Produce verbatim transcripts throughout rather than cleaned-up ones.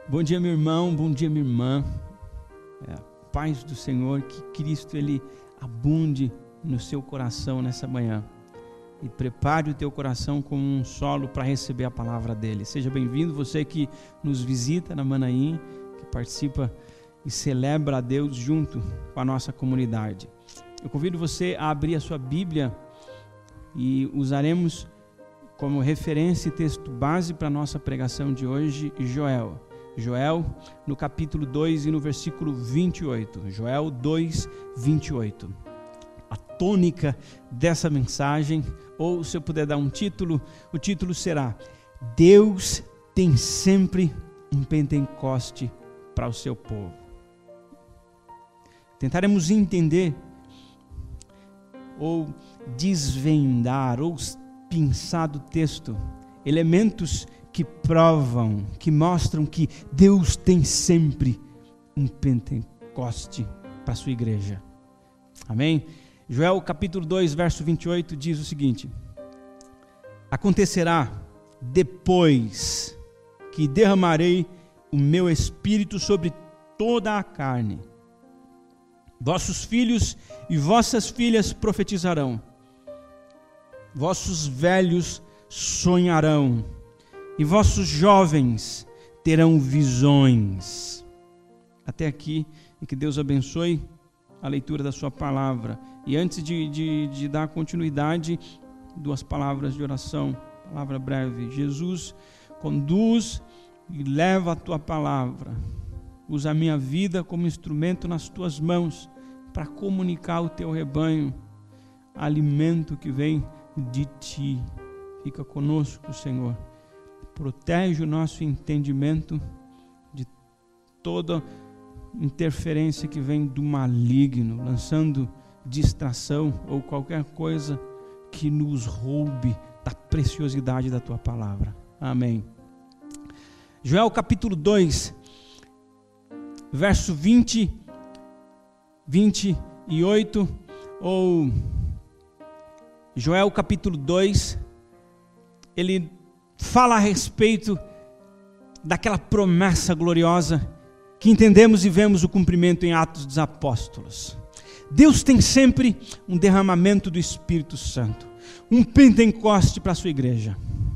Bom dia, meu irmão, bom dia, minha irmã. É, paz do Senhor, que Cristo Ele abunde no seu coração nessa manhã. E prepare o teu coração como um solo para receber a palavra dele. Seja bem-vindo, você que nos visita na Manaim, que participa e celebra a Deus junto com a nossa comunidade. Eu convido você a abrir a sua Bíblia e usaremos como referência e texto base para a nossa pregação de hoje, Joel. Joel, no capítulo dois e no versículo vinte e oito. Joel dois, vinte e oito. A tônica dessa mensagem, ou se eu puder dar um título, o título será: Deus tem sempre um Pentecoste para o seu povo. Tentaremos entender, ou desvendar, ou pensar do texto, elementos que provam, que mostram que Deus tem sempre um Pentecoste para a sua igreja. Amém? Joel capítulo dois, verso vinte e oito diz o seguinte: acontecerá depois que derramarei o meu espírito sobre toda a carne. Vossos filhos e vossas filhas profetizarão, vossos velhos sonharão, e vossos jovens terão visões. Até aqui, e que Deus abençoe a leitura da sua palavra. E antes de, de, de dar continuidade, duas palavras de oração, palavra breve. Jesus, conduz e leva a tua palavra. Usa a minha vida como instrumento nas tuas mãos para comunicar ao teu rebanho alimento que vem de ti. Fica conosco, Senhor. Protege o nosso entendimento de toda interferência que vem do maligno, lançando distração ou qualquer coisa que nos roube da preciosidade da tua palavra. Amém. Joel capítulo dois, verso vinte, vinte e oito, ou Joel capítulo dois, ele fala a respeito daquela promessa gloriosa que entendemos e vemos o cumprimento em Atos dos Apóstolos. Deus tem sempre um derramamento do Espírito Santo, um Pentecoste para a sua igreja.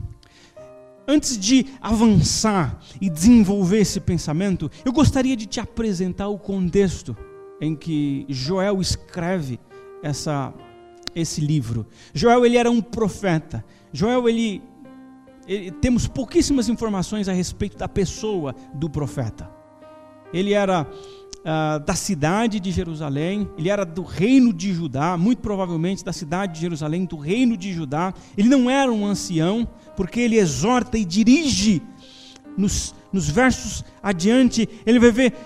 Antes de avançar e desenvolver esse pensamento, eu gostaria de te apresentar o contexto em que Joel escreve essa, esse livro. Joel, ele era um profeta. Joel, ele, ele temos pouquíssimas informações a respeito da pessoa do profeta. Ele era uh, da cidade de Jerusalém, ele era do reino de Judá, muito provavelmente da cidade de Jerusalém, do reino de Judá. Ele não era um ancião, porque ele exorta e dirige, nos, nos versos adiante, ele vai ver,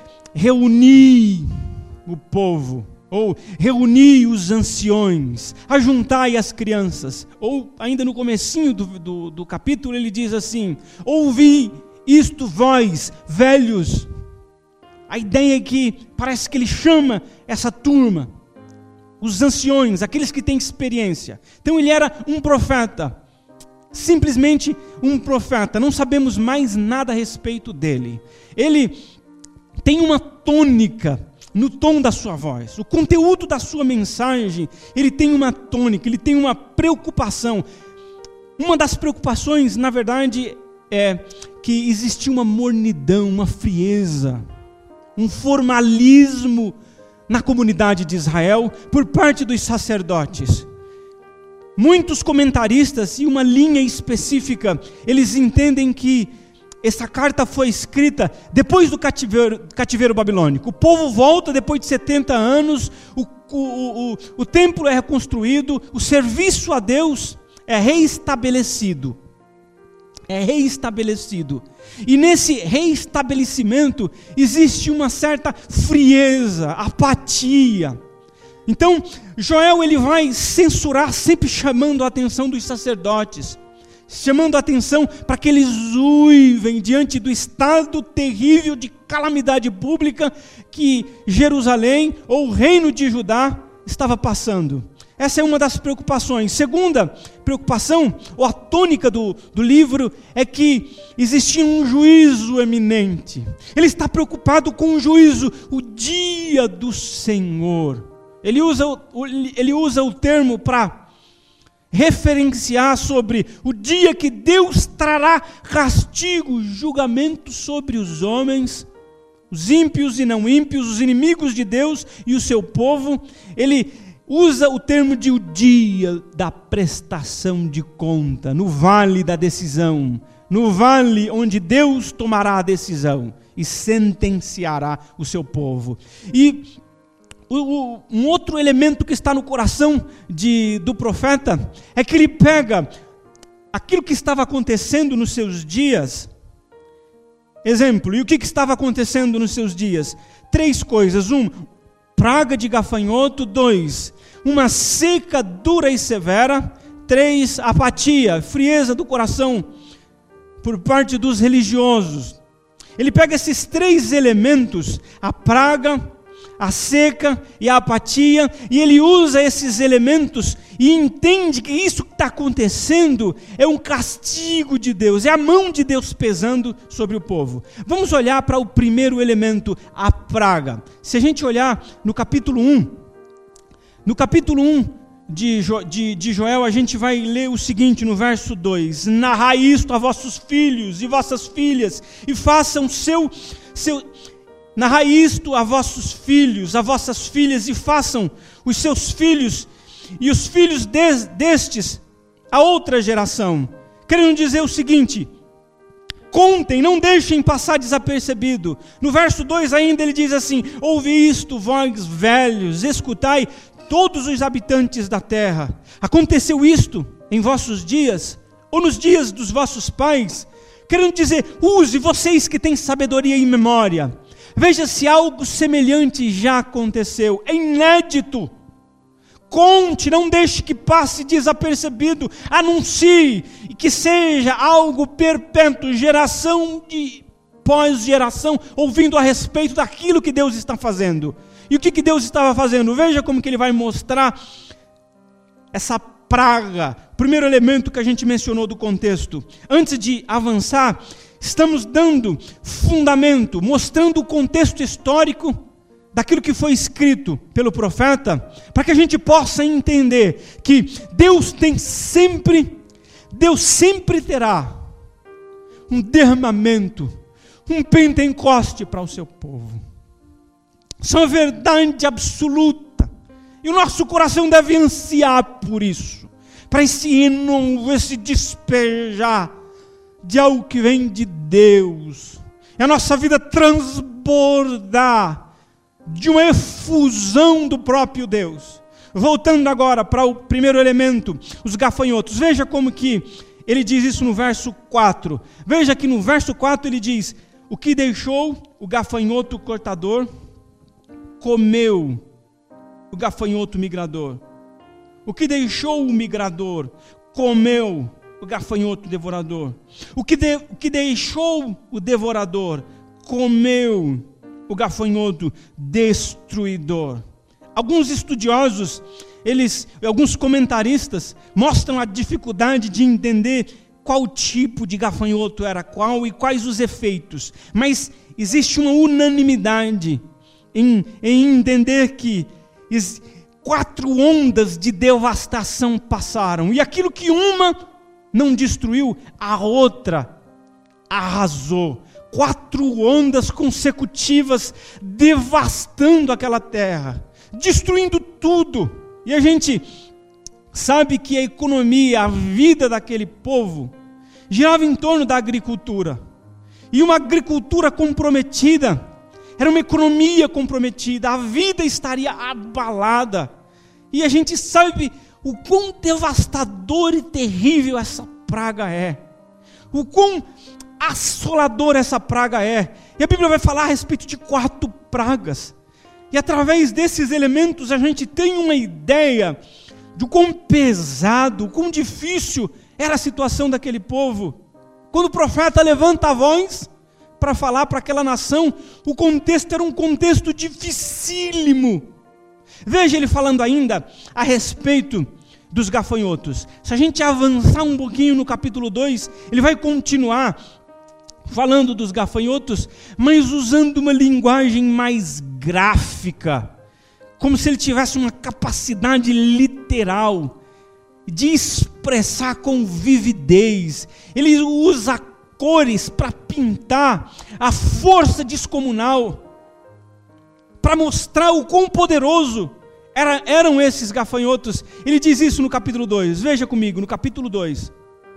reunir o povo, ou reunir os anciões, ajuntai as crianças, ou ainda no comecinho do, do, do capítulo ele diz assim: ouvi isto vós, velhos. A ideia é que parece que ele chama essa turma, os anciões, aqueles que têm experiência. Então ele era um profeta, simplesmente um profeta, não sabemos mais nada a respeito dele. Ele tem uma tônica no tom da sua voz, o conteúdo da sua mensagem, ele tem uma tônica, ele tem uma preocupação. Uma das preocupações, na verdade, é que existia uma mornidão, uma frieza, um formalismo na comunidade de Israel por parte dos sacerdotes. Muitos comentaristas, e uma linha específica, eles entendem que essa carta foi escrita depois do cativeiro, cativeiro babilônico. O povo volta depois de setenta anos, o, o, o, o templo é reconstruído, o serviço a Deus é reestabelecido. É reestabelecido. E nesse reestabelecimento existe uma certa frieza, apatia. Então, Joel, ele vai censurar, sempre chamando a atenção dos sacerdotes, chamando a atenção para que eles uivem diante do estado terrível de calamidade pública que Jerusalém, ou o reino de Judá, estava passando. essa é uma das preocupações. Segunda preocupação, ou a tônica do, do livro, é que existia um juízo eminente. Ele está preocupado com o juízo, o dia do Senhor. Ele usa, ele usa o termo para referenciar sobre o dia que Deus trará castigo, julgamento sobre os homens, os ímpios e não ímpios, os inimigos de Deus e o seu povo. Ele usa o termo de o dia da prestação de conta, no vale da decisão, no vale onde Deus tomará a decisão e sentenciará o seu povo. E o, o, um outro elemento que está no coração de, do profeta é que ele pega aquilo que estava acontecendo nos seus dias. Exemplo, e o que, que estava acontecendo nos seus dias? Três coisas. Um, praga de gafanhoto. Dois, uma seca dura e severa. Três, apatia, frieza do coração por parte dos religiosos. Ele pega esses três elementos, a praga, a seca e a apatia, e ele usa esses elementos e entende que isso que está acontecendo é um castigo de Deus, é a mão de Deus pesando sobre o povo. Vamos olhar para o primeiro elemento, a praga. Se a gente olhar no capítulo um, no capítulo um de, jo, de, de Joel, a gente vai ler o seguinte no verso dois: narrai isto a vossos filhos e vossas filhas, e façam seu... seu Narrai isto a vossos filhos, a vossas filhas, e façam os seus filhos e os filhos de, destes a outra geração. Querendo dizer o seguinte: contem, não deixem passar desapercebido. No verso dois ainda ele diz assim: ouve isto, vós velhos, escutai todos os habitantes da terra. Aconteceu isto em vossos dias, ou nos dias dos vossos pais? Querendo dizer, use vocês que têm sabedoria e memória. Veja se algo semelhante já aconteceu, é inédito. Conte, não deixe que passe desapercebido, anuncie, e que seja algo perpétuo, geração de pós-geração, ouvindo a respeito daquilo que Deus está fazendo. E o que, que Deus estava fazendo? Veja como que ele vai mostrar essa praga. Primeiro elemento que a gente mencionou do contexto. Antes de avançar, estamos dando fundamento, mostrando o contexto histórico daquilo que foi escrito pelo profeta, para que a gente possa entender que Deus tem sempre, Deus sempre terá um derramamento, um pentecoste para o seu povo. Isso é uma verdade absoluta, e o nosso coração deve ansiar por isso, para esse enovo, esse despejar de algo que vem de Deus, e a nossa vida transbordar de uma efusão do próprio Deus. Voltando agora para o primeiro elemento, os gafanhotos. Veja como que ele diz isso no verso quatro. Veja que no verso quatro ele diz: o que deixou o gafanhoto cortador, comeu o gafanhoto migrador. O que deixou o migrador, comeu o gafanhoto devorador. O que, de, o que deixou o devorador, comeu o gafanhoto destruidor. Alguns estudiosos, eles, alguns comentaristas, mostram a dificuldade de entender qual tipo de gafanhoto era qual e quais os efeitos. Mas existe uma unanimidade em, em entender que quatro ondas de devastação passaram, e aquilo que uma não destruiu, a outra arrasou. Quatro ondas consecutivas devastando aquela terra, destruindo tudo. E a gente sabe que a economia, a vida daquele povo girava em torno da agricultura. E uma agricultura comprometida era uma economia comprometida, a vida estaria abalada. E a gente sabe o quão devastador e terrível essa praga é, o quão assoladora essa praga é. E a Bíblia vai falar a respeito de quatro pragas, e através desses elementos a gente tem uma ideia de quão pesado, o quão difícil era a situação daquele povo. Quando o profeta levanta a voz para falar para aquela nação, o contexto era um contexto dificílimo. Veja ele falando ainda a respeito dos gafanhotos. Se a gente avançar um pouquinho no capítulo dois, ele vai continuar falando dos gafanhotos, mas usando uma linguagem mais gráfica, como se ele tivesse uma capacidade literal de expressar com vividez. Ele usa cores para pintar a força descomunal, para mostrar o quão poderoso era, eram esses gafanhotos. Ele diz isso no capítulo dois, veja comigo, no capítulo dois.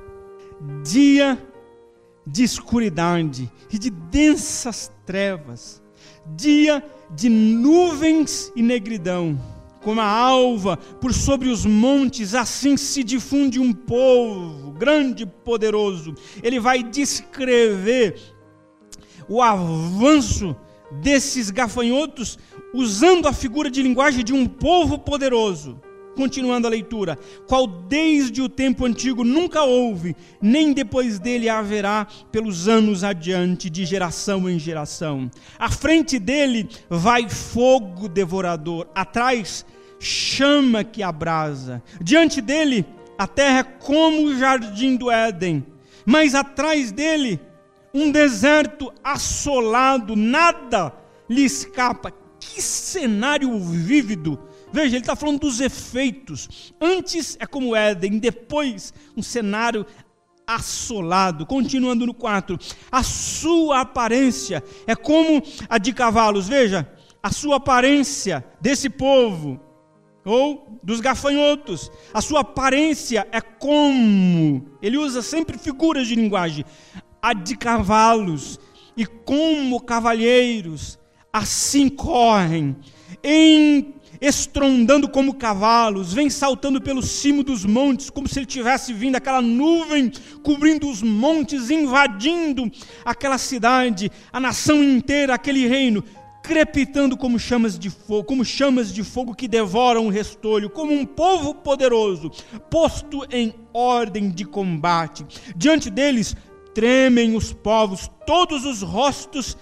Dia de escuridade e de densas trevas, dia de nuvens e negridão, como a alva por sobre os montes, assim se difunde um povo grande e poderoso. Ele vai descrever o avanço desses gafanhotos, usando a figura de linguagem de um povo poderoso. Continuando a leitura, qual desde o tempo antigo nunca houve, nem depois dele haverá pelos anos adiante, de geração em geração. À frente dele vai fogo devorador, atrás chama que abrasa. Diante dele a terra é como o jardim do Éden, mas atrás dele um deserto assolado, nada lhe escapa. Que cenário vívido! Veja, ele está falando dos efeitos. Antes é como Éden, depois um cenário assolado. Continuando no quatro, a sua aparência é como a de cavalos. Veja, a sua aparência desse povo, ou dos gafanhotos, a sua aparência é como, ele usa sempre figuras de linguagem, a de cavalos, e como cavalheiros, assim correm, em estrondando como cavalos, vem saltando pelo cimo dos montes, como se ele tivesse vindo aquela nuvem, cobrindo os montes, invadindo aquela cidade, a nação inteira, aquele reino, crepitando como chamas de fogo, como chamas de fogo que devoram o restolho, como um povo poderoso, posto em ordem de combate. Diante deles tremem os povos, todos os rostos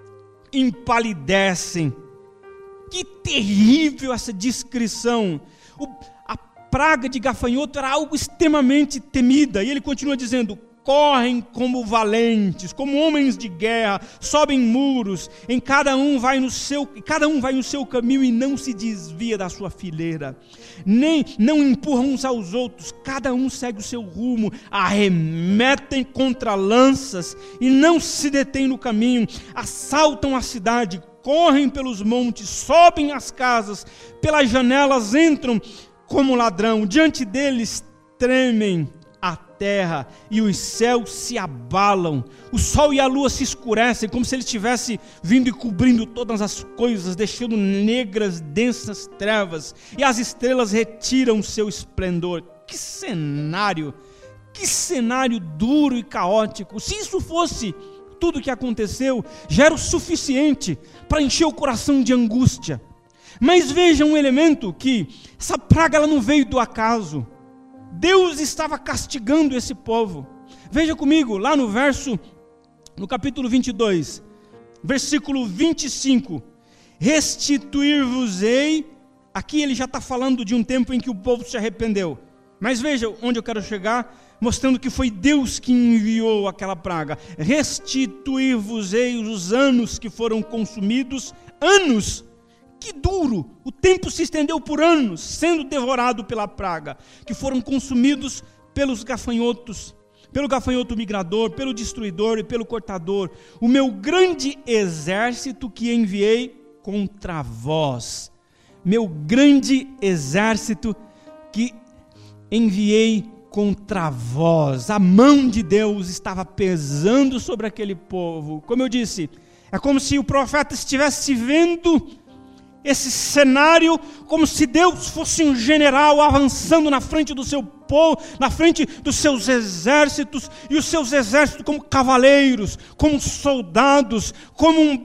empalidecem. Que terrível essa descrição. O, a praga de gafanhoto era algo extremamente temida. E ele continua dizendo, correm como valentes, como homens de guerra, sobem muros, em cada um vai no seu, cada um vai no seu caminho e não se desvia da sua fileira, nem não empurram uns aos outros, cada um segue o seu rumo, arremetem contra lanças e não se detêm no caminho, assaltam a cidade, correm pelos montes, sobem as casas, pelas janelas entram como ladrão, diante deles tremem a terra e os céus se abalam, o sol e a lua se escurecem, como se ele estivesse vindo e cobrindo todas as coisas, deixando negras, densas trevas, e as estrelas retiram seu esplendor. Que cenário, que cenário duro e caótico. Se isso fosse tudo o que aconteceu, já era o suficiente para encher o coração de angústia. Mas veja um elemento, que essa praga ela não veio do acaso. Deus estava castigando esse povo. Veja comigo, lá no verso, no capítulo vinte e dois, versículo vinte e cinco. Restituir-vos-ei. Aqui ele já está falando de um tempo em que o povo se arrependeu. Mas veja onde eu quero chegar, mostrando que foi Deus que enviou aquela praga. Restituir-vos-ei os anos que foram consumidos. Anos. Que duro, o tempo se estendeu por anos, sendo devorado pela praga, que foram consumidos pelos gafanhotos, pelo gafanhoto migrador, pelo destruidor e pelo cortador. O meu grande exército que enviei contra vós, meu grande exército que enviei contra vós. A mão de Deus estava pesando sobre aquele povo. Como eu disse, é como se o profeta estivesse vendo esse cenário, como se Deus fosse um general avançando na frente do seu povo, na frente dos seus exércitos, e os seus exércitos como cavaleiros, como soldados, como um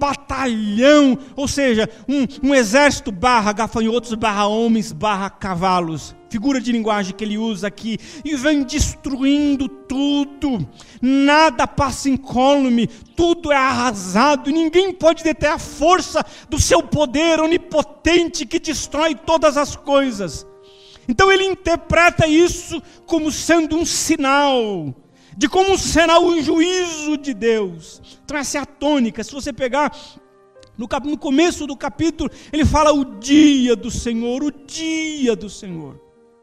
batalhão, ou seja, um, um exército barra gafanhotos, barra homens, barra cavalos. figura de linguagem que ele usa aqui, e vem destruindo tudo, nada passa incólume, tudo é arrasado, e ninguém pode deter a força do seu poder onipotente que destrói todas as coisas. Então ele interpreta isso como sendo um sinal de como será o juízo de Deus. Então essa é a tônica. Se você pegar no, cap... no começo do capítulo, ele fala o dia do Senhor, o dia do Senhor.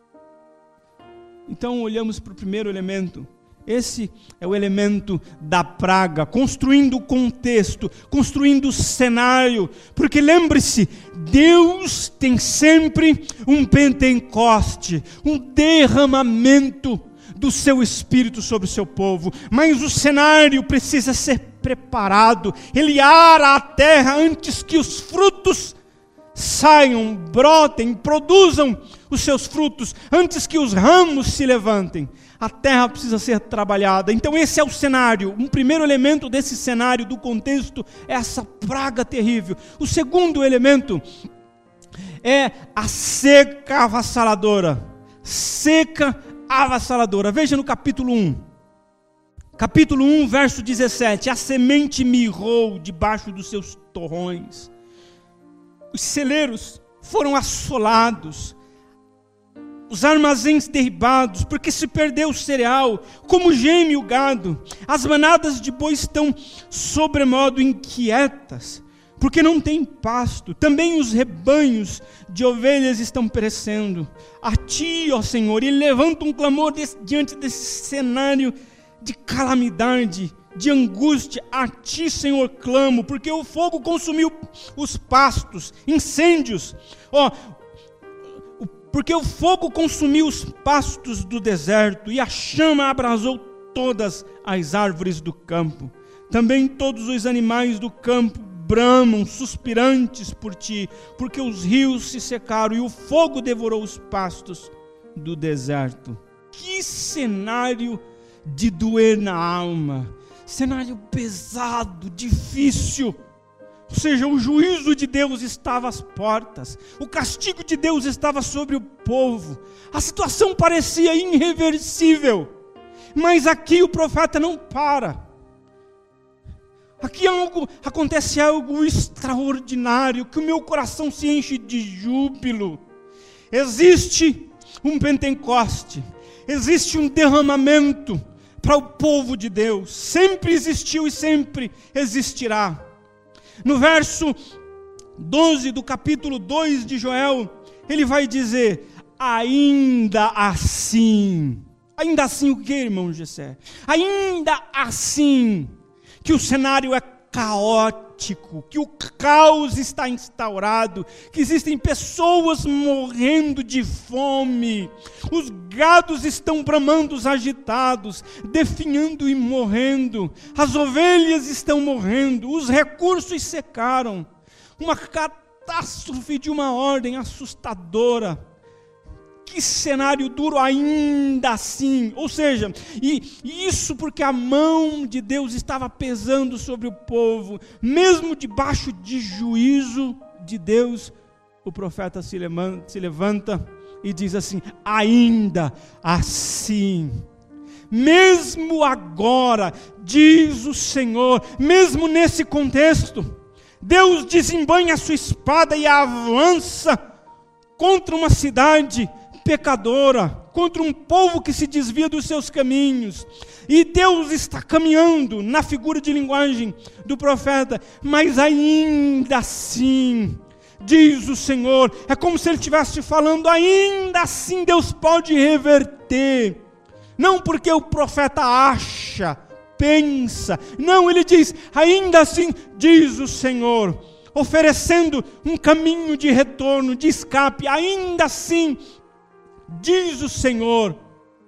Então olhamos para o primeiro elemento. Esse é o elemento da praga, construindo o contexto, construindo o cenário, porque lembre-se, Deus tem sempre um Pentecoste, um derramamento do seu Espírito sobre o seu povo, mas o cenário precisa ser preparado. Ele ara a terra antes que os frutos saiam, brotem, produzam os seus frutos, antes que os ramos se levantem. A terra precisa ser trabalhada. Então esse é o cenário. Um primeiro elemento desse cenário, do contexto, é essa praga terrível. O segundo elemento é a seca avassaladora. Seca avassaladora. Veja no capítulo um. Capítulo um, verso dezessete. A semente mirrou debaixo dos seus torrões. Os celeiros foram assolados, os armazéns derribados, porque se perdeu o cereal, como geme o gado. As manadas de boi estão sobremodo inquietas, porque não tem pasto. Também os rebanhos de ovelhas estão perecendo. A ti, ó Senhor, e levanta um clamor desse, diante desse cenário de calamidade, de angústia. A ti, Senhor, clamo, porque o fogo consumiu os pastos, incêndios, ó, porque o fogo consumiu os pastos do deserto, e a chama abrasou todas as árvores do campo. Também todos os animais do campo bramam, suspirantes por ti, porque os rios se secaram, e o fogo devorou os pastos do deserto. Que cenário de doer na alma! Cenário pesado, difícil. Ou seja, o juízo de Deus estava às portas. O castigo de Deus estava sobre o povo. A situação parecia irreversível. Mas aqui o profeta não para. Aqui algo, acontece algo extraordinário, que o meu coração se enche de júbilo. Existe um Pentecoste. Existe um derramamento para o povo de Deus. Sempre existiu e sempre existirá. No verso doze do capítulo dois de Joel, ele vai dizer: ainda assim. Ainda assim o que, irmão Gessé? Ainda assim que o cenário é caótico, que o caos está instaurado, que existem pessoas morrendo de fome, os gados estão bramando agitados, definhando e morrendo, as ovelhas estão morrendo, os recursos secaram, uma catástrofe de uma ordem assustadora. Que cenário duro ainda assim. Ou seja, e isso porque a mão de Deus estava pesando sobre o povo. Mesmo debaixo de juízo de Deus, o profeta se levanta, se levanta e diz assim: ainda assim. Mesmo agora, diz o Senhor, mesmo nesse contexto, Deus desembanha a sua espada e avança contra uma cidade pecadora, contra um povo que se desvia dos seus caminhos. E Deus está caminhando na figura de linguagem do profeta, mas ainda assim, diz o Senhor, é como se ele estivesse falando, ainda assim Deus pode reverter. Não porque o profeta acha, pensa, não, ele diz, ainda assim, diz o Senhor, oferecendo um caminho de retorno, de escape. Ainda assim, diz o Senhor,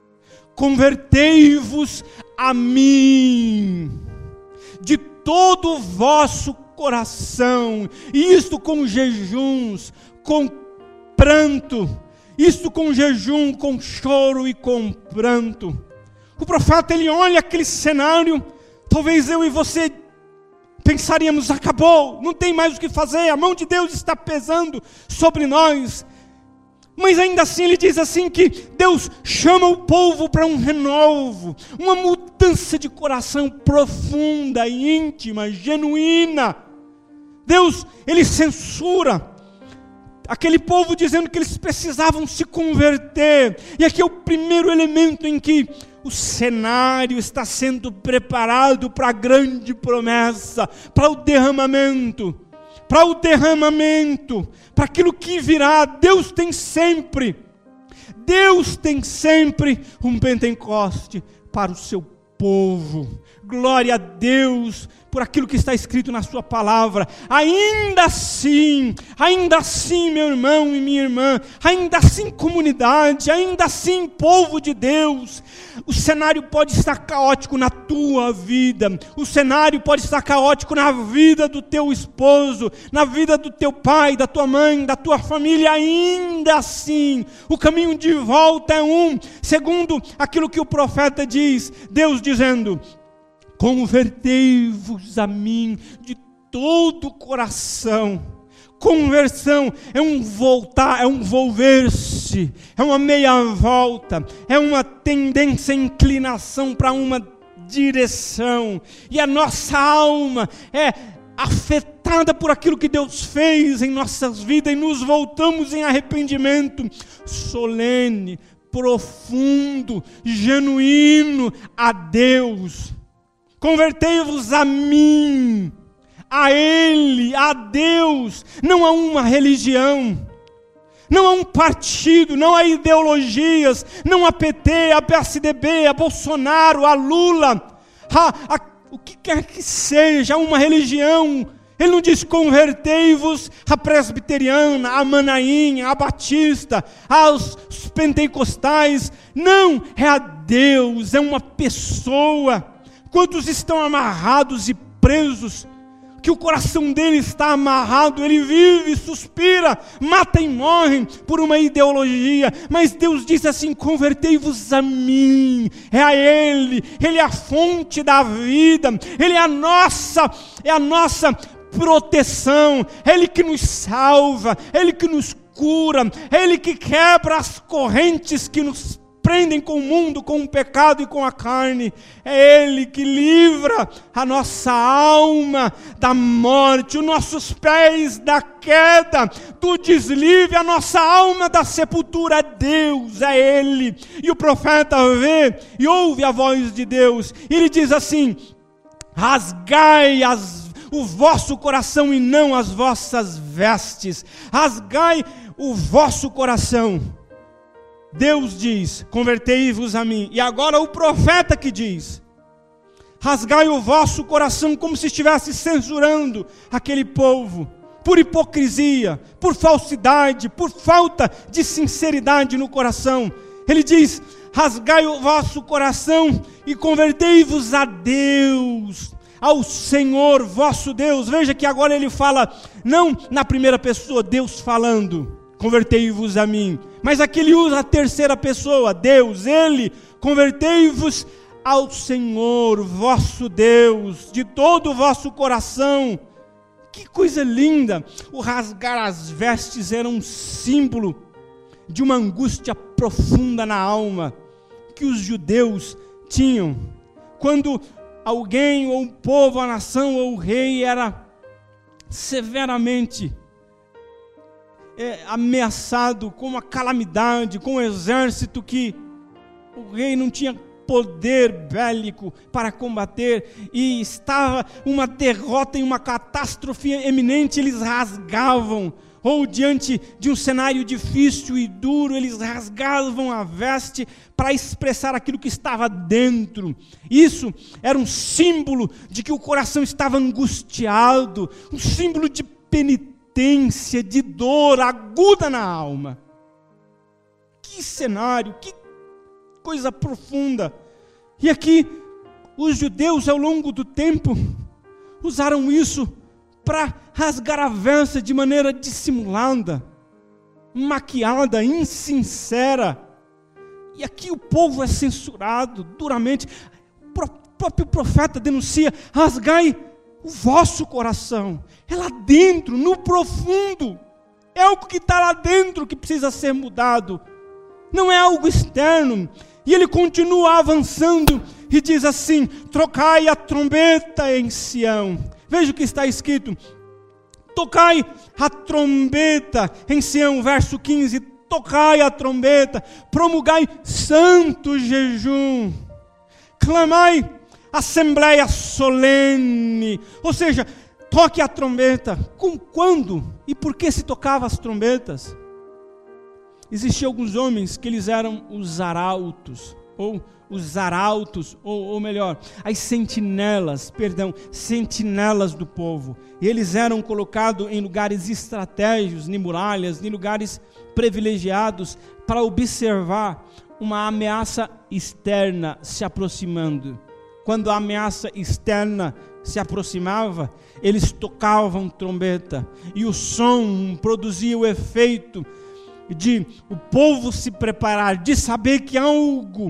convertei-vos a mim de todo o vosso coração, e isto com jejuns, com pranto, isto com jejum, com choro e com pranto. O profeta, ele olha aquele cenário, talvez eu e você pensaríamos, acabou, não tem mais o que fazer, a mão de Deus está pesando sobre nós. Mas ainda assim ele diz assim que Deus chama o povo para um renovo, uma mudança de coração profunda, íntima, genuína. Deus, ele censura aquele povo dizendo que eles precisavam se converter. E aqui é o primeiro elemento em que o cenário está sendo preparado para a grande promessa, para o derramamento. Para o derramamento, para aquilo que virá. Deus tem sempre, Deus tem sempre um Pentecoste para o seu povo. Glória a Deus por aquilo que está escrito na sua palavra. Ainda assim, ainda assim, meu irmão e minha irmã, ainda assim, comunidade, ainda assim, povo de Deus, o cenário pode estar caótico na tua vida, o cenário pode estar caótico na vida do teu esposo, na vida do teu pai, da tua mãe, da tua família. Ainda assim, o caminho de volta é um, segundo aquilo que o profeta diz, Deus dizendo: convertei-vos a mim de todo o coração. Conversão é um voltar, é um volver-se, é uma meia volta, é uma tendência, inclinação para uma direção. E a nossa alma é afetada por aquilo que Deus fez em nossas vidas, e nos voltamos em arrependimento solene, profundo, genuíno a Deus. Convertei-vos a mim, a Ele, a Deus, não a uma religião, não a um partido, não a ideologias, não a P T, a P S D B, a Bolsonaro, a Lula, a, a, o que quer que seja, uma religião. Ele não diz convertei-vos à presbiteriana, à manainha, à batista, aos pentecostais. Não, é a Deus, é uma pessoa. Quantos estão amarrados e presos, que o coração dele está amarrado, ele vive, suspira, mata e morre por uma ideologia, mas Deus diz assim: convertei-vos a mim, é a Ele, Ele é a fonte da vida, Ele é a nossa, é a nossa proteção, é Ele que nos salva, é Ele que nos cura, é Ele que quebra as correntes que nos prendem com o mundo, com o pecado e com a carne. É Ele que livra a nossa alma da morte, os nossos pés da queda, do deslive, a nossa alma da sepultura. Deus, é Ele. E o profeta vê e ouve a voz de Deus, e ele diz assim: rasgai as, o vosso coração e não as vossas vestes, rasgai o vosso coração. Deus diz: convertei-vos a mim. E agora o profeta que diz: rasgai o vosso coração, como se estivesse censurando aquele povo, por hipocrisia, por falsidade, por falta de sinceridade no coração. Ele diz: rasgai o vosso coração e convertei-vos a Deus, ao Senhor vosso Deus. Veja que agora ele fala, não na primeira pessoa, Deus falando, convertei-vos a mim, mas aqui ele usa a terceira pessoa, Deus, Ele, convertei-vos ao Senhor vosso Deus, de todo o vosso coração. Que coisa linda! O rasgar as vestes era um símbolo de uma angústia profunda na alma que os judeus tinham, quando alguém, ou um povo, a nação, ou o rei era severamente É, ameaçado com uma calamidade, com um exército que o rei não tinha poder bélico para combater, e estava uma derrota e uma catástrofe eminente. Eles rasgavam, ou diante de um cenário difícil e duro, eles rasgavam a veste para expressar aquilo que estava dentro. Isso era um símbolo de que o coração estava angustiado, um símbolo de penitência, de dor aguda na alma. Que cenário, que coisa profunda. E aqui, os judeus ao longo do tempo usaram isso para rasgar a veste de maneira dissimulada, maquiada, insincera. E aqui o povo é censurado duramente. O próprio profeta denuncia: rasgai o vosso coração. É lá dentro, no profundo, É algo que está lá dentro que precisa ser mudado. Não é algo externo. E ele continua avançando e diz assim: tocai a trombeta em Sião. Veja o que está escrito: tocai a trombeta em Sião, verso quinze. Tocai a trombeta, promulgai santo jejum, clamai assembleia solene. Ou seja, toque a trombeta. Com quando e por que se tocava as trombetas? Existiam alguns homens que eles eram os arautos, ou os arautos, ou, ou melhor, as sentinelas, perdão, sentinelas do povo. E eles eram colocados em lugares estratégicos, em muralhas, em lugares privilegiados, para observar uma ameaça externa se aproximando. Quando a ameaça externa se aproximava, eles tocavam trombeta, e o som produzia o efeito de o povo se preparar, de saber que algo,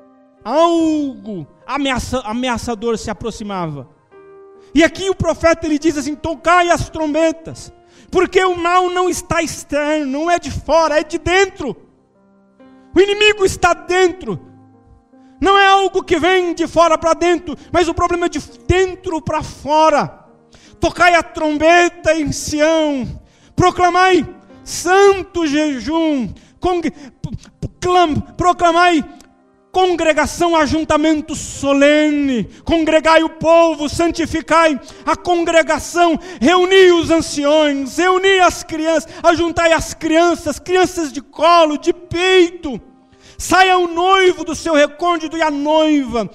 algo ameaça, ameaçador se aproximava. E aqui o profeta ele diz assim: tocai as trombetas, porque o mal não está externo, não é de fora, é de dentro. O inimigo está dentro. Não é algo que vem de fora para dentro, mas o problema é de dentro para fora. Tocai a trombeta em Sião, proclamai santo jejum, con- clam- proclamai congregação, ajuntamento solene, congregai o povo, santificai a congregação, reuni os anciões, reuni as crianças, ajuntai as crianças, crianças de colo, de peito. Saia o noivo do seu recôndito e a noiva,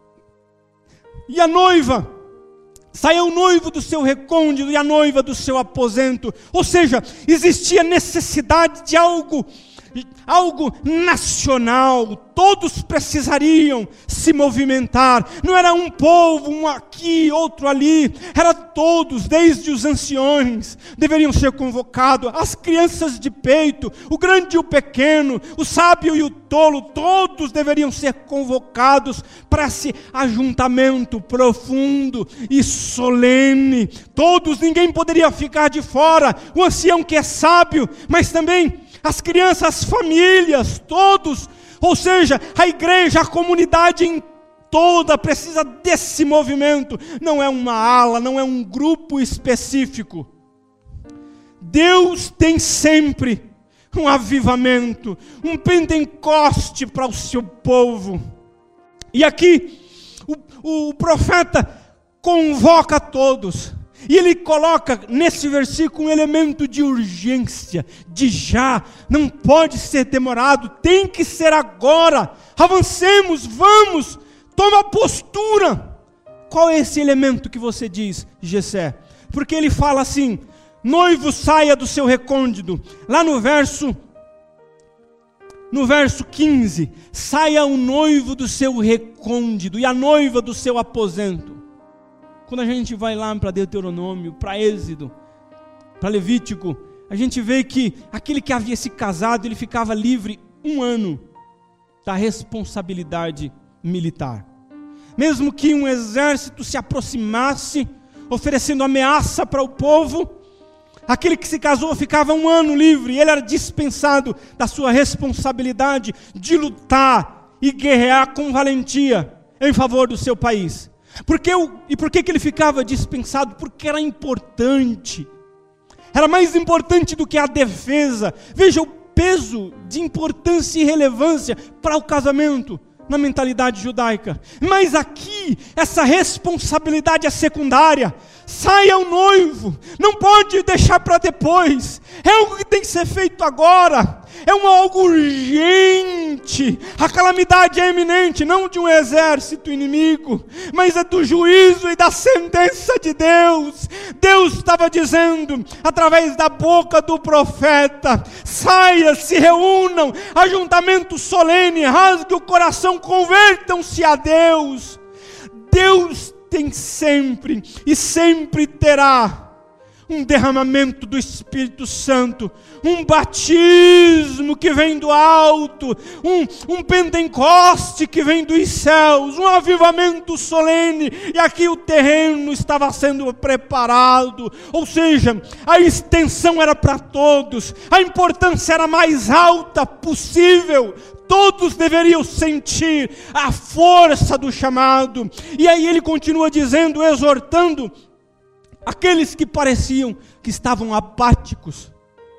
e a noiva, saia o noivo do seu recôndito e a noiva do seu aposento. Ou seja, existia necessidade de algo, algo nacional. Todos precisariam se movimentar. Não era um povo, um aqui, outro ali. Era todos, desde os anciões, deveriam ser convocados. As crianças de peito, o grande e o pequeno, o sábio e o tolo, todos deveriam ser convocados para esse ajuntamento profundo e solene. Todos, ninguém poderia ficar de fora. O ancião que é sábio, mas também as crianças, as famílias, todos. Ou seja, a igreja, a comunidade em toda precisa desse movimento. Não é uma ala, não é um grupo específico. Deus tem sempre um avivamento, um pentecoste para o seu povo. E aqui o, o profeta convoca todos. E ele coloca nesse versículo um elemento de urgência, de já, não pode ser demorado, tem que ser agora. Avancemos, vamos, toma postura. Qual é esse elemento que você diz, Gessé? Porque ele fala assim: noivo, saia do seu recôndito. Lá no verso, no verso quinze, saia o noivo do seu recôndito e a noiva do seu aposento. Quando a gente vai lá para Deuteronômio, para Êxodo, para Levítico, a gente vê que aquele que havia se casado, ele ficava livre um ano da responsabilidade militar. Mesmo que um exército se aproximasse, oferecendo ameaça para o povo, aquele que se casou ficava um ano livre, ele era dispensado da sua responsabilidade de lutar e guerrear com valentia em favor do seu país. Porque eu, e por que, que ele ficava dispensado? Porque era importante, era mais importante do que a defesa. Veja o peso de importância e relevância para o casamento na mentalidade judaica. Mas aqui, essa responsabilidade é secundária. Saia o noivo, não pode deixar para depois, é algo que tem que ser feito agora, é um algo urgente. A calamidade é iminente, não de um exército inimigo, mas é do juízo e da sentença de Deus. Deus estava dizendo, através da boca do profeta: saia, se reúnam, ajuntamento solene, rasgue o coração, convertam-se a Deus. Deus tem sempre e sempre terá um derramamento do Espírito Santo, um batismo que vem do alto, um, um Pentecoste que vem dos céus, um avivamento solene, e aqui o terreno estava sendo preparado, ou seja, a extensão era para todos, a importância era a mais alta possível, todos deveriam sentir a força do chamado. E aí ele continua dizendo, exortando aqueles que pareciam que estavam apáticos.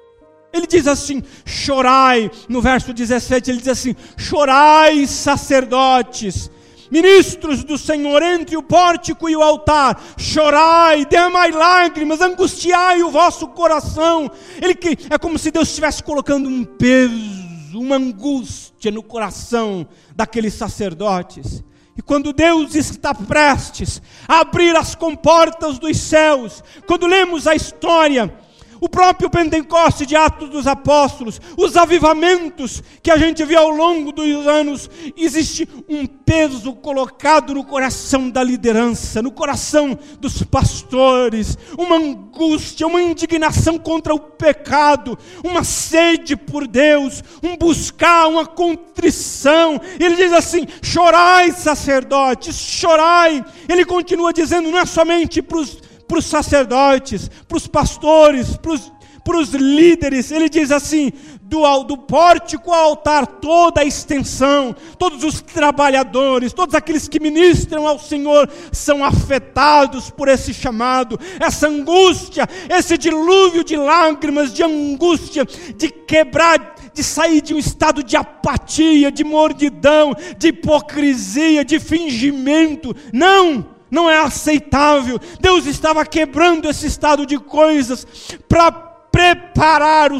Ele diz assim, chorai, no verso dezessete, ele diz assim, chorai, sacerdotes, ministros do Senhor, entre o pórtico e o altar, chorai, derramai lágrimas, angustiai o vosso coração. Ele que é como se Deus estivesse colocando um peso, uma angústia no coração daqueles sacerdotes. E quando Deus está prestes a abrir as comportas dos céus, quando lemos a história, o próprio Pentecoste de Atos dos Apóstolos, os avivamentos que a gente vê ao longo dos anos, existe um peso colocado no coração da liderança, no coração dos pastores, uma angústia, uma indignação contra o pecado, uma sede por Deus, um buscar, uma contrição. Ele diz assim, chorai, sacerdotes, chorai. Ele continua dizendo, não é somente para os para os sacerdotes, para os pastores, para os líderes. Ele diz assim, do, do pórtico ao altar, toda a extensão, todos os trabalhadores, todos aqueles que ministram ao Senhor, são afetados por esse chamado, essa angústia, esse dilúvio de lágrimas, de angústia, de quebrar, de sair de um estado de apatia, de mordidão, de hipocrisia, de fingimento. Não! Não é aceitável. Deus estava quebrando esse estado de coisas para preparar o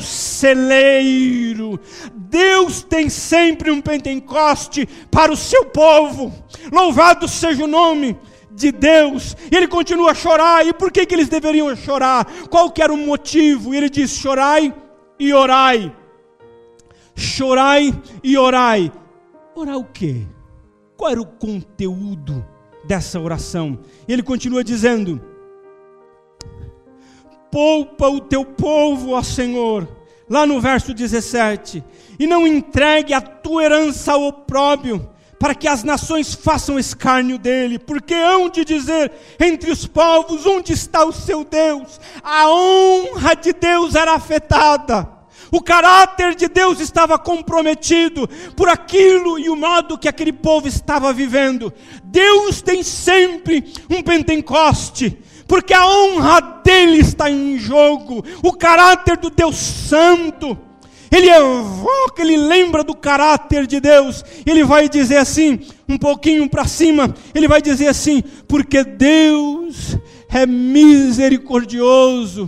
celeiro. Deus tem sempre um Pentecoste para o seu povo. Louvado seja o nome de Deus. E ele continua a chorar. E por que, que eles deveriam chorar? Qual que era o motivo? Ele diz, chorai e orai. Chorai e orai. Orar o quê? Qual era o conteúdo dessa oração? Ele continua dizendo, poupa o teu povo, ó Senhor, lá no verso dezessete, e não entregue a tua herança ao opróbrio, para que as nações façam escárnio dele, porque hão de dizer entre os povos, onde está o seu Deus? A honra de Deus era afetada. O caráter de Deus estava comprometido por aquilo e o modo que aquele povo estava vivendo. Deus tem sempre um Pentecoste, porque a honra dele está em jogo, o caráter do Deus Santo. Ele evoca, ele lembra do caráter de Deus. Ele vai dizer assim, um pouquinho para cima, ele vai dizer assim, porque Deus é misericordioso.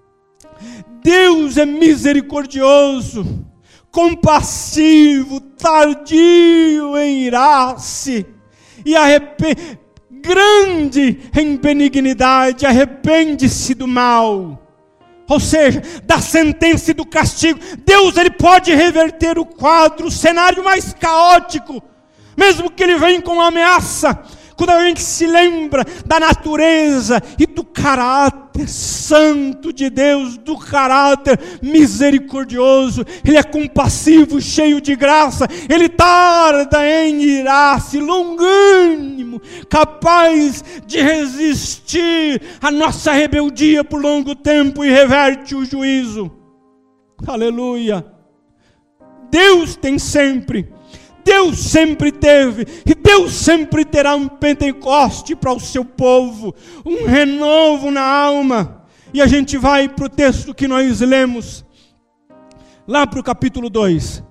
Deus é misericordioso, compassivo, tardio em irar-se, e arrepende, grande em benignidade, arrepende-se do mal. Ou seja, da sentença e do castigo. Deus, ele pode reverter o quadro, o cenário mais caótico, mesmo que ele venha com ameaça. Quando a gente se lembra da natureza e do caráter santo de Deus, do caráter misericordioso, ele é compassivo, cheio de graça, ele tarda em irar-se, longânimo, capaz de resistir à nossa rebeldia por longo tempo e reverte o juízo. Aleluia! Deus tem sempre, Deus sempre teve, e Deus sempre terá um Pentecoste para o seu povo, um renovo na alma. E a gente vai para o texto que nós lemos, lá para o capítulo dois,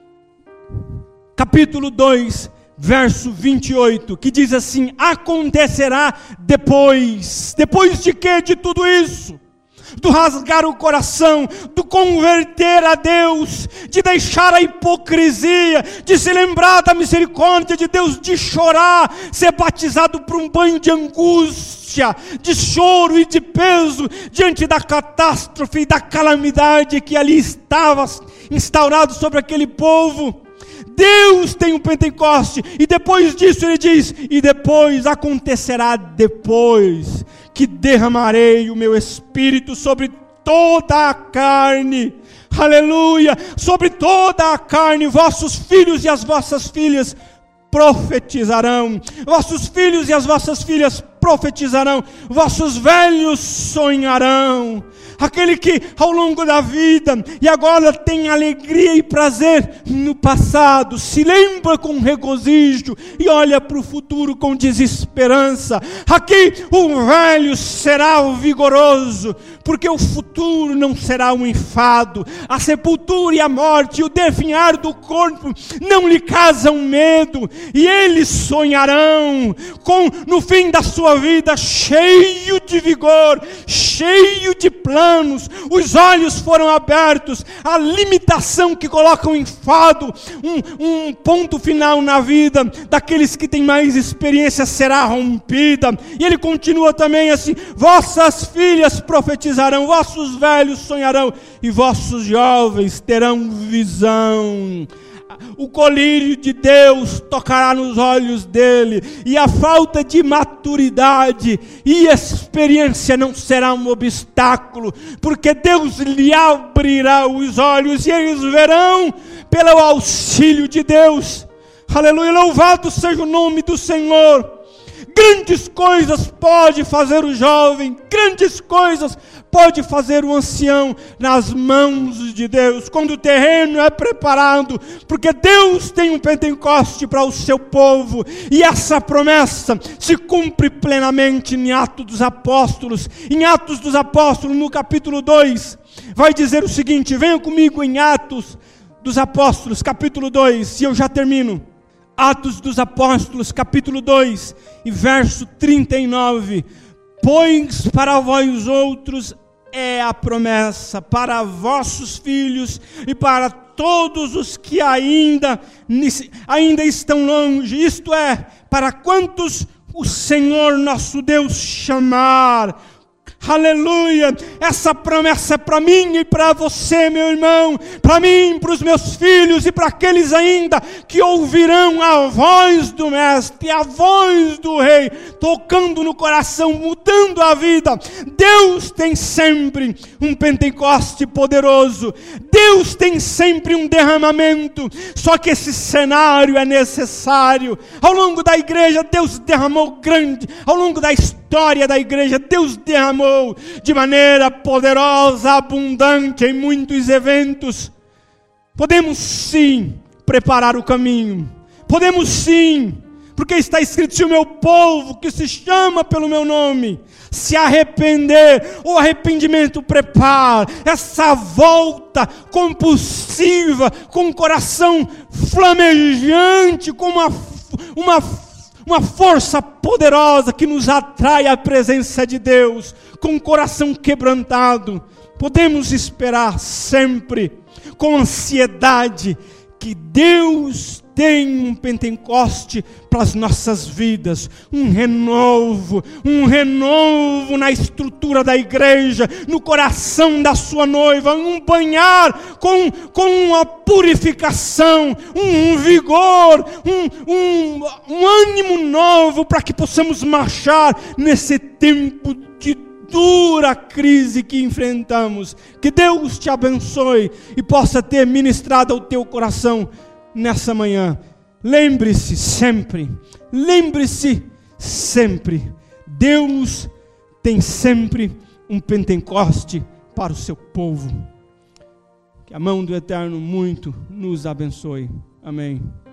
capítulo dois, verso vinte e oito, que diz assim, acontecerá depois, depois de quê? De tudo isso, do rasgar o coração, do converter a Deus, de deixar a hipocrisia, de se lembrar da misericórdia de Deus, de chorar, ser batizado por um banho de angústia, de choro e de peso, diante da catástrofe e da calamidade que ali estava instaurado sobre aquele povo. Deus tem um Pentecoste, e depois disso ele diz, e depois acontecerá depois, que derramarei o meu espírito sobre toda a carne. Aleluia! Sobre toda a carne, vossos filhos e as vossas filhas profetizarão. Vossos filhos e as vossas filhas profetizarão. Vossos velhos sonharão. Aquele que ao longo da vida e agora tem alegria e prazer no passado, se lembra com regozijo e olha para o futuro com desesperança. Aqui o velho será o vigoroso, porque o futuro não será um enfado. A sepultura e a morte e o definhar do corpo não lhe causam medo, e eles sonharão com, no fim da sua vida, cheio de vigor, cheio de planos. Os olhos foram abertos, a limitação que coloca um enfado, um, um ponto final na vida daqueles que têm mais experiência será rompida. E ele continua também assim: vossas filhas profetizarão, vossos velhos sonharão e vossos jovens terão visão. O colírio de Deus tocará nos olhos dele, e a falta de maturidade e experiência não será um obstáculo, porque Deus lhe abrirá os olhos e eles verão pelo auxílio de Deus. Aleluia, louvado seja o nome do Senhor. Grandes coisas pode fazer o jovem, grandes coisas pode fazer o ancião nas mãos de Deus, quando o terreno é preparado, porque Deus tem um Pentecoste para o seu povo, e essa promessa se cumpre plenamente em Atos dos Apóstolos. Em Atos dos Apóstolos, no capítulo dois, vai dizer o seguinte: venham comigo em Atos dos Apóstolos, capítulo dois, e eu já termino. Atos dos Apóstolos, capítulo dois, e verso trinta e nove. Pois para vós outros é a promessa, para vossos filhos e para todos os que ainda, ainda estão longe, isto é, para quantos o Senhor nosso Deus chamar. Aleluia, essa promessa é para mim e para você, meu irmão, para mim, para os meus filhos e para aqueles ainda que ouvirão a voz do Mestre, a voz do Rei, tocando no coração, mudando a vida. Deus tem sempre um Pentecoste poderoso, Deus tem sempre um derramamento, só que esse cenário é necessário. Ao longo da igreja, Deus derramou grande, ao longo da história da igreja, Deus derramou de maneira poderosa, abundante em muitos eventos. Podemos sim preparar o caminho, podemos sim, porque está escrito: se o meu povo, que se chama pelo meu nome, se arrepender, o arrependimento prepara essa volta compulsiva, com o coração flamejante, com uma, uma Uma força poderosa que nos atrai à presença de Deus, com o coração quebrantado. Podemos esperar sempre, com ansiedade, que Deus tem um Pentecoste para as nossas vidas, um renovo, um renovo na estrutura da igreja, no coração da sua noiva, um banhar com, com uma purificação, um vigor, um, um, um ânimo novo, para que possamos marchar nesse tempo de dura crise que enfrentamos. Que Deus te abençoe e possa ter ministrado ao teu coração nessa manhã. Lembre-se sempre, lembre-se sempre, Deus tem sempre um Pentecoste para o seu povo. Que a mão do Eterno muito nos abençoe. Amém.